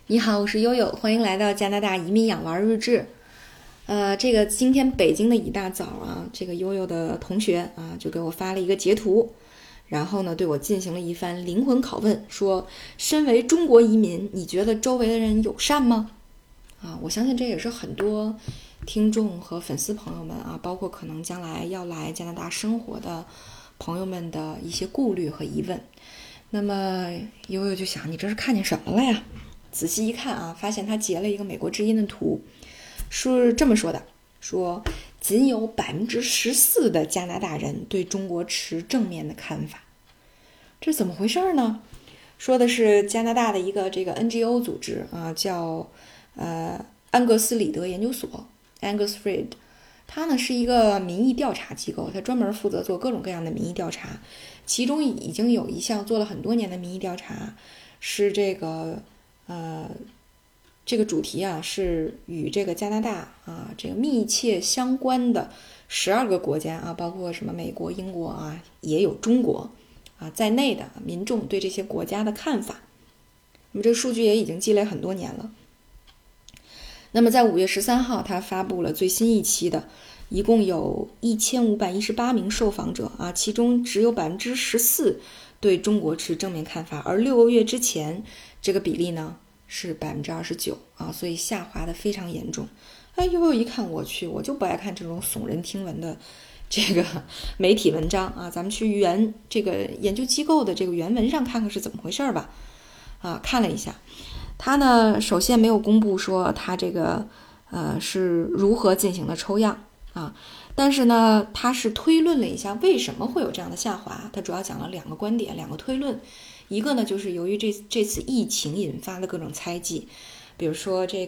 你好，我是悠悠，欢迎来到加拿大移民养娃日志。今天北京的一大早啊，这个悠悠的同学啊就给我发了一个截图，然后呢对我进行了一番灵魂拷问，说身为中国移民，你觉得周围的人友善吗？我相信这也是很多听众和粉丝朋友们啊，包括可能将来要来加拿大生活的朋友们的一些顾虑和疑问。那么悠悠就想，你这是看见什么了呀？仔细一看啊，发现他截了一个美国之音的图，是这么说的，说仅有14%的加拿大人对中国持正面的看法。这怎么回事呢？说的是加拿大的一个这个 NGO 组织啊，叫安格斯里德研究所 Angus Reid， 它呢是一个民意调查机构，它专门负责做各种各样的民意调查，其中已经有一项做了很多年的民意调查，是这个主题啊，是与这个加拿大啊这个密切相关的12个国家啊，包括什么美国、英国啊，也有中国啊在内的民众对这些国家的看法。那么这个数据也已经积累很多年了。那么在5月13号，他发布了最新一期的，一共有1518名受访者啊，其中只有14%对中国持正面看法，而6个月之前这个比例呢是29%啊，所以下滑的非常严重。悠悠一看，我去，我就不爱看这种耸人听闻的这个媒体文章啊，咱们去这个研究机构的这个原文上看看是怎么回事吧。看了一下，他呢首先没有公布说他这个是如何进行的抽样啊，但是呢他是推论了一下为什么会有这样的下滑，他主要讲了2个观点，2个推论。一个呢就是由于这次疫情引发的各种猜忌，比如说对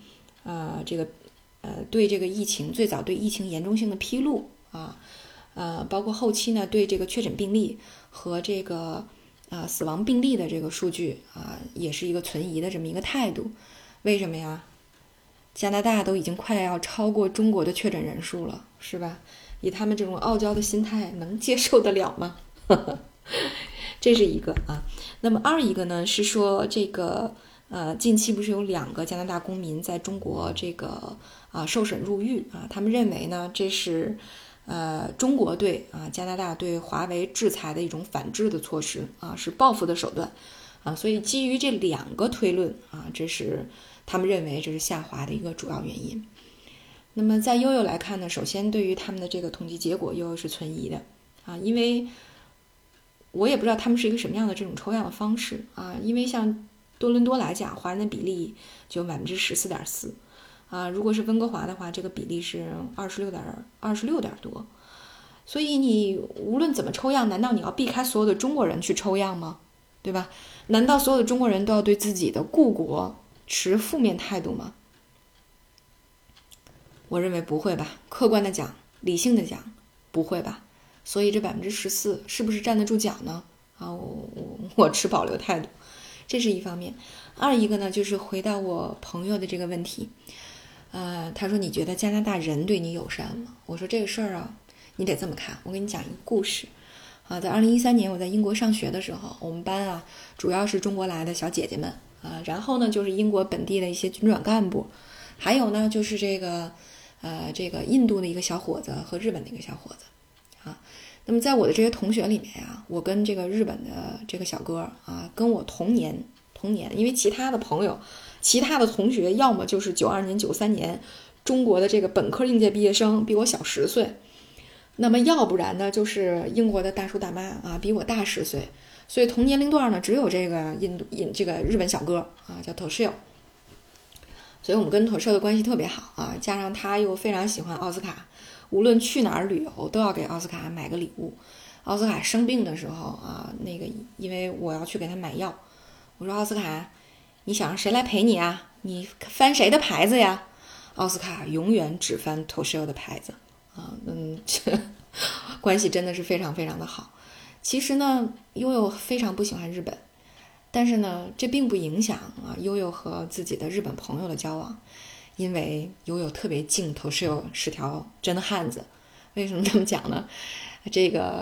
这个疫情最早对疫情严重性的披露啊，包括后期呢对这个确诊病例和这个死亡病例的这个数据啊，也是一个存疑的这么一个态度。为什么呀？加拿大都已经快要超过中国的确诊人数了，是吧？以他们这种傲娇的心态，能接受得了吗？这是一个啊。那么一个呢是说这个近期不是有2个加拿大公民在中国这个受审入狱啊，他们认为呢这是中国对加拿大对华为制裁的一种反制的措施啊，是报复的手段啊，所以基于这2个推论啊，这是他们认为这是下滑的一个主要原因。那么在悠悠来看呢，首先对于他们的这个统计结果悠悠是存疑的啊，因为我也不知道他们是一个什么样的这种抽样的方式啊，因为像多伦多来讲，华人的比例就14.4%啊，如果是温哥华的话，这个比例是26点多，所以你无论怎么抽样，难道你要避开所有的中国人去抽样吗？对吧？难道所有的中国人都要对自己的故国持负面态度吗？我认为不会吧，客观的讲，理性的讲，不会吧。所以这14%是不是站得住脚呢？我持保留态度，这是一方面。一个呢，就是回到我朋友的这个问题，他说你觉得加拿大人对你友善吗？我说这个事儿啊，你得这么看。我给你讲一个故事啊，在2013年我在英国上学的时候，我们班啊主要是中国来的小姐姐们啊，然后呢就是英国本地的一些军转干部，还有呢就是这个印度的一个小伙子和日本的一个小伙子。那么在我的这些同学里面啊，我跟这个日本的这个小哥啊，跟我同年，因为其他的同学要么就是92年、93年中国的这个本科应届毕业生，比我小10岁，那么要不然呢就是英国的大叔大妈啊，比我大10岁，所以同年龄段呢只有这个这个日本小哥啊，叫 Toshio， 所以我们跟 Toshio 的关系特别好啊，加上他又非常喜欢奥斯卡，无论去哪儿旅游都要给奥斯卡买个礼物。奥斯卡生病的时候啊，因为我要去给他买药，我说奥斯卡，你想让谁来陪你啊？你翻谁的牌子呀？奥斯卡永远只翻 Toshio 的牌子啊，关系真的是非常非常的好。其实呢，悠悠非常不喜欢日本，但是呢，这并不影响悠悠和自己的日本朋友的交往。因为悠悠特别敬Toshio是条真汉子。为什么这么讲呢？这个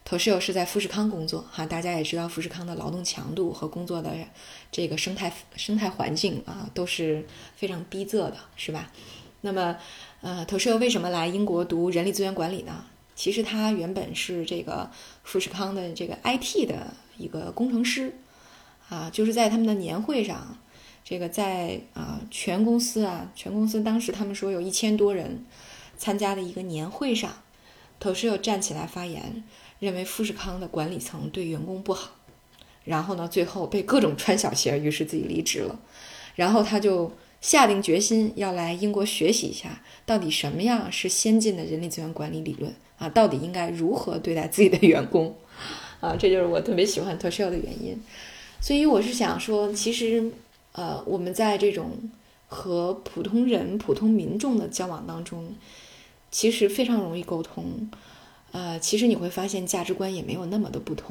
Toshio 是在富士康工作哈，大家也知道富士康的劳动强度和工作的这个生态环境啊都是非常逼仄的，是吧？那么Toshio 为什么来英国读人力资源管理呢？其实他原本是这个富士康的这个 IT 的一个工程师啊，就是在他们的年会上，这个在全公司当时他们说有1000多人参加的一个年会上，Toshio站起来发言，认为富士康的管理层对员工不好，然后呢，最后被各种穿小鞋，于是自己离职了。然后他就下定决心要来英国学习一下，到底什么样是先进的人力资源管理理论啊？到底应该如何对待自己的员工啊？这就是我特别喜欢 Toshio 的原因。所以我是想说，其实我们在这种和普通人、普通民众的交往当中，其实非常容易沟通。其实你会发现价值观也没有那么的不同，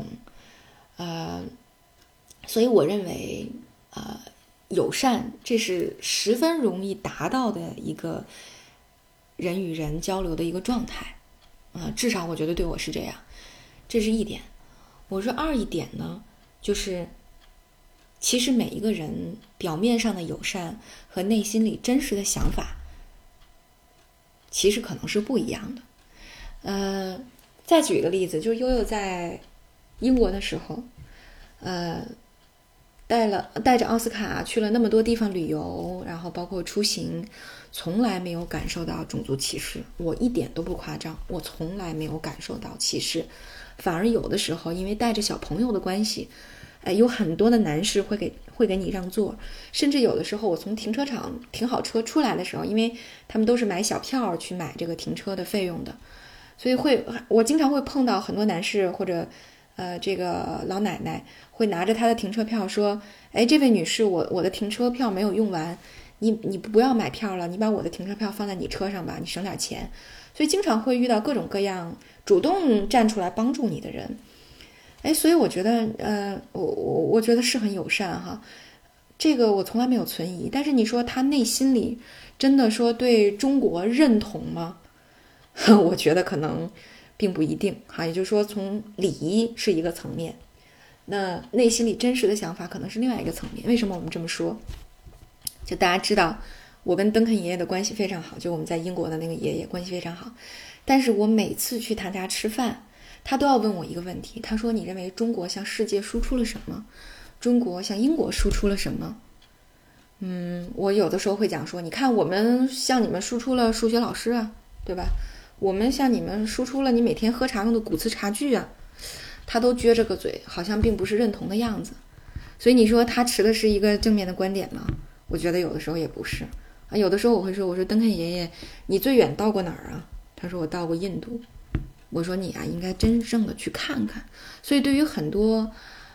所以我认为，友善这是十分容易达到的一个人与人交流的一个状态，至少我觉得对我是这样，这是一点。我说二一点呢，就是其实每一个人表面上的友善和内心里真实的想法，其实可能是不一样的。再举一个例子，就是悠悠在英国的时候，带着奥斯卡去了那么多地方旅游，然后包括出行，从来没有感受到种族歧视，我一点都不夸张，我从来没有感受到歧视，反而有的时候因为带着小朋友的关系，有很多的男士会给你让座，甚至有的时候我从停车场停好车出来的时候，因为他们都是买小票去买这个停车的费用的，所以我经常会碰到很多男士或者这个老奶奶会拿着他的停车票说，这位女士，我的停车票没有用完，你不要买票了，你把我的停车票放在你车上吧，你省点钱。所以经常会遇到各种各样主动站出来帮助你的人，所以我觉得我觉得是很友善哈，这个我从来没有存疑。但是你说他内心里真的说对中国认同吗？我觉得可能并不一定哈，也就是说从礼仪是一个层面，那内心里真实的想法可能是另外一个层面。为什么我们这么说？就大家知道我跟登肯爷爷的关系非常好，就我们在英国的那个爷爷关系非常好，但是我每次去他家吃饭，他都要问我一个问题，他说你认为中国向世界输出了什么？中国向英国输出了什么？我有的时候会讲说，你看我们向你们输出了数学老师啊，对吧？我们向你们输出了你每天喝茶用的古瓷茶具啊，他都撅着个嘴，好像并不是认同的样子。所以你说他持的是一个正面的观点吗？我觉得有的时候也不是啊。有的时候我会说，我说登肯爷爷，你最远到过哪儿啊？他说我到过印度。我说你啊，应该真正的去看看。所以对于很多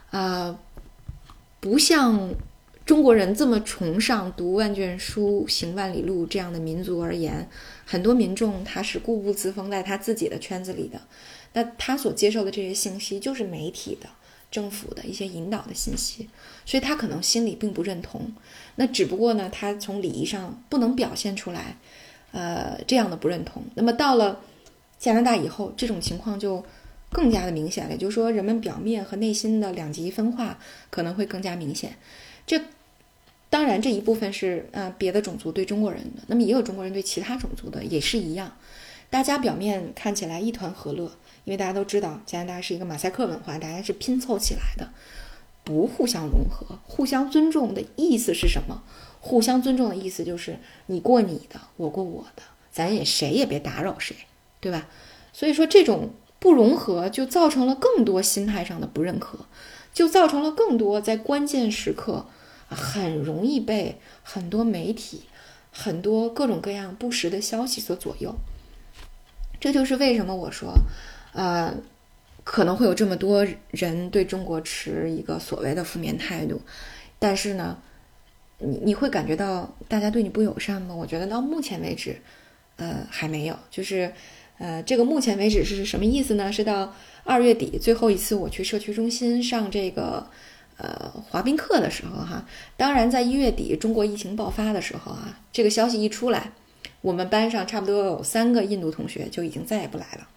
不像中国人这么崇尚读万卷书行万里路这样的民族而言，很多民众他是固步自封在他自己的圈子里的，那他所接受的这些信息就是媒体的、政府的一些引导的信息，所以他可能心里并不认同，那只不过呢，他从礼仪上不能表现出来这样的不认同。那么到了加拿大以后，这种情况就更加的明显了，也就是说人们表面和内心的两极分化可能会更加明显。这当然这一部分是别的种族对中国人的，那么也有中国人对其他种族的，也是一样。大家表面看起来一团和乐，因为大家都知道加拿大是一个马赛克文化，大家是拼凑起来的，不互相融合。互相尊重的意思是什么？互相尊重的意思就是你过你的，我过我的，咱也谁也别打扰谁，对吧？所以说这种不融合就造成了更多心态上的不认可，就造成了更多在关键时刻很容易被很多媒体、很多各种各样不实的消息所左右。这就是为什么我说可能会有这么多人对中国持一个所谓的负面态度，但是呢你会感觉到大家对你不友善吗？我觉得到目前为止还没有。就是这个目前为止是什么意思呢？是到2月底最后一次我去社区中心上这个滑冰课的时候哈。当然在1月底中国疫情爆发的时候这个消息一出来，我们班上差不多有3个印度同学就已经再也不来了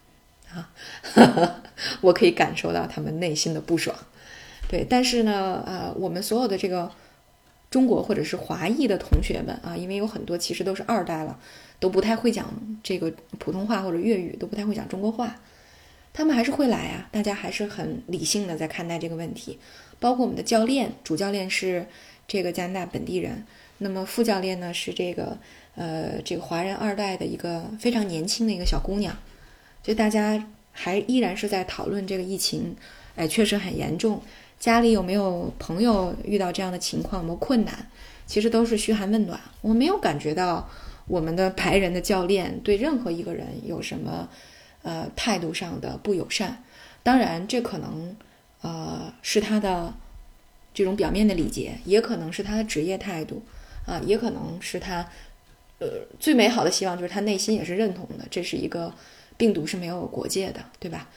啊，我可以感受到他们内心的不爽。对，但是呢，我们所有的这个中国或者是华裔的同学们啊，因为有很多其实都是2代了，都不太会讲这个普通话或者粤语，都不太会讲中国话，他们还是会来啊，大家还是很理性的在看待这个问题。包括我们的教练，主教练是这个加拿大本地人，那么副教练呢是这个华人2代的一个非常年轻的一个小姑娘，所以大家还依然是在讨论这个疫情，确实很严重，家里有没有朋友遇到这样的情况，有没有困难，其实都是嘘寒问暖。我没有感觉到我们的白人的教练对任何一个人有什么态度上的不友善。当然这可能是他的这种表面的礼节，也可能是他的职业态度也可能是他最美好的希望就是他内心也是认同的，这是一个病毒是没有国界的，对吧？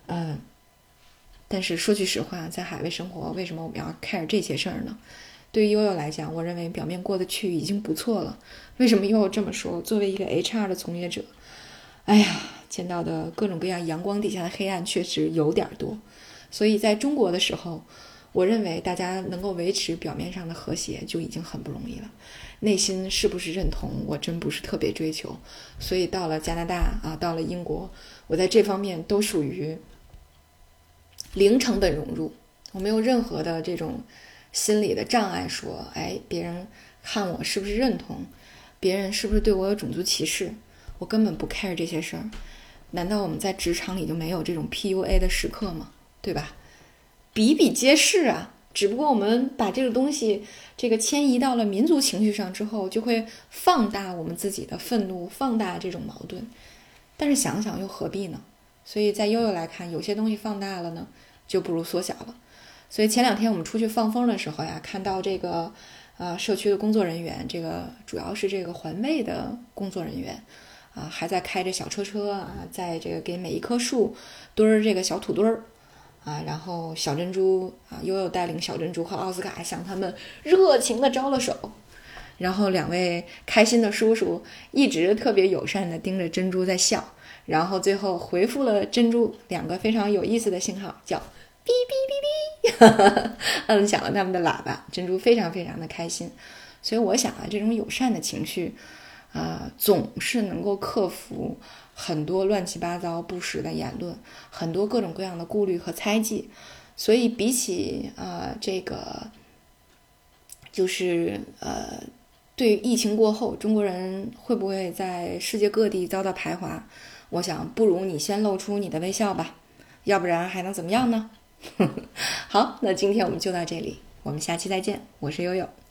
但是说句实话，在海外生活，为什么我们要 care 这些事儿呢？对于悠悠来讲，我认为表面过得去已经不错了。为什么悠悠这么说？作为一个 HR 的从业者，哎呀，见到的各种各样阳光底下的黑暗确实有点多。所以在中国的时候，我认为大家能够维持表面上的和谐就已经很不容易了。内心是不是认同，我真不是特别追求。所以到了加拿大到了英国，我在这方面都属于零成本融入，我没有任何的这种心理的障碍，说别人看我是不是认同，别人是不是对我有种族歧视，我根本不 care 这些事儿。难道我们在职场里就没有这种 PUA 的时刻吗？对吧？比比皆是啊，只不过我们把这个东西这个迁移到了民族情绪上之后，就会放大我们自己的愤怒，放大这种矛盾。但是想想又何必呢？所以在悠悠来看，有些东西放大了呢，就不如缩小了。所以前2天我们出去放风的时候呀，看到这个社区的工作人员，这个主要是这个环卫的工作人员还在开着小车在这个给每一棵树堆这个小土堆儿然后小珍珠悠悠带领小珍珠和奥斯卡向他们热情的招了手，然后2位开心的叔叔一直特别友善的盯着珍珠在笑，然后最后回复了珍珠2个非常有意思的信号，叫哔哔哔哔摁响了他们的喇叭，珍珠非常非常的开心。所以我想这种友善的情绪总是能够克服很多乱七八糟不实的言论，很多各种各样的顾虑和猜忌。所以比起这个就是对于疫情过后中国人会不会在世界各地遭到排华，我想不如你先露出你的微笑吧，要不然还能怎么样呢？好，那今天我们就到这里，我们下期再见，我是悠悠。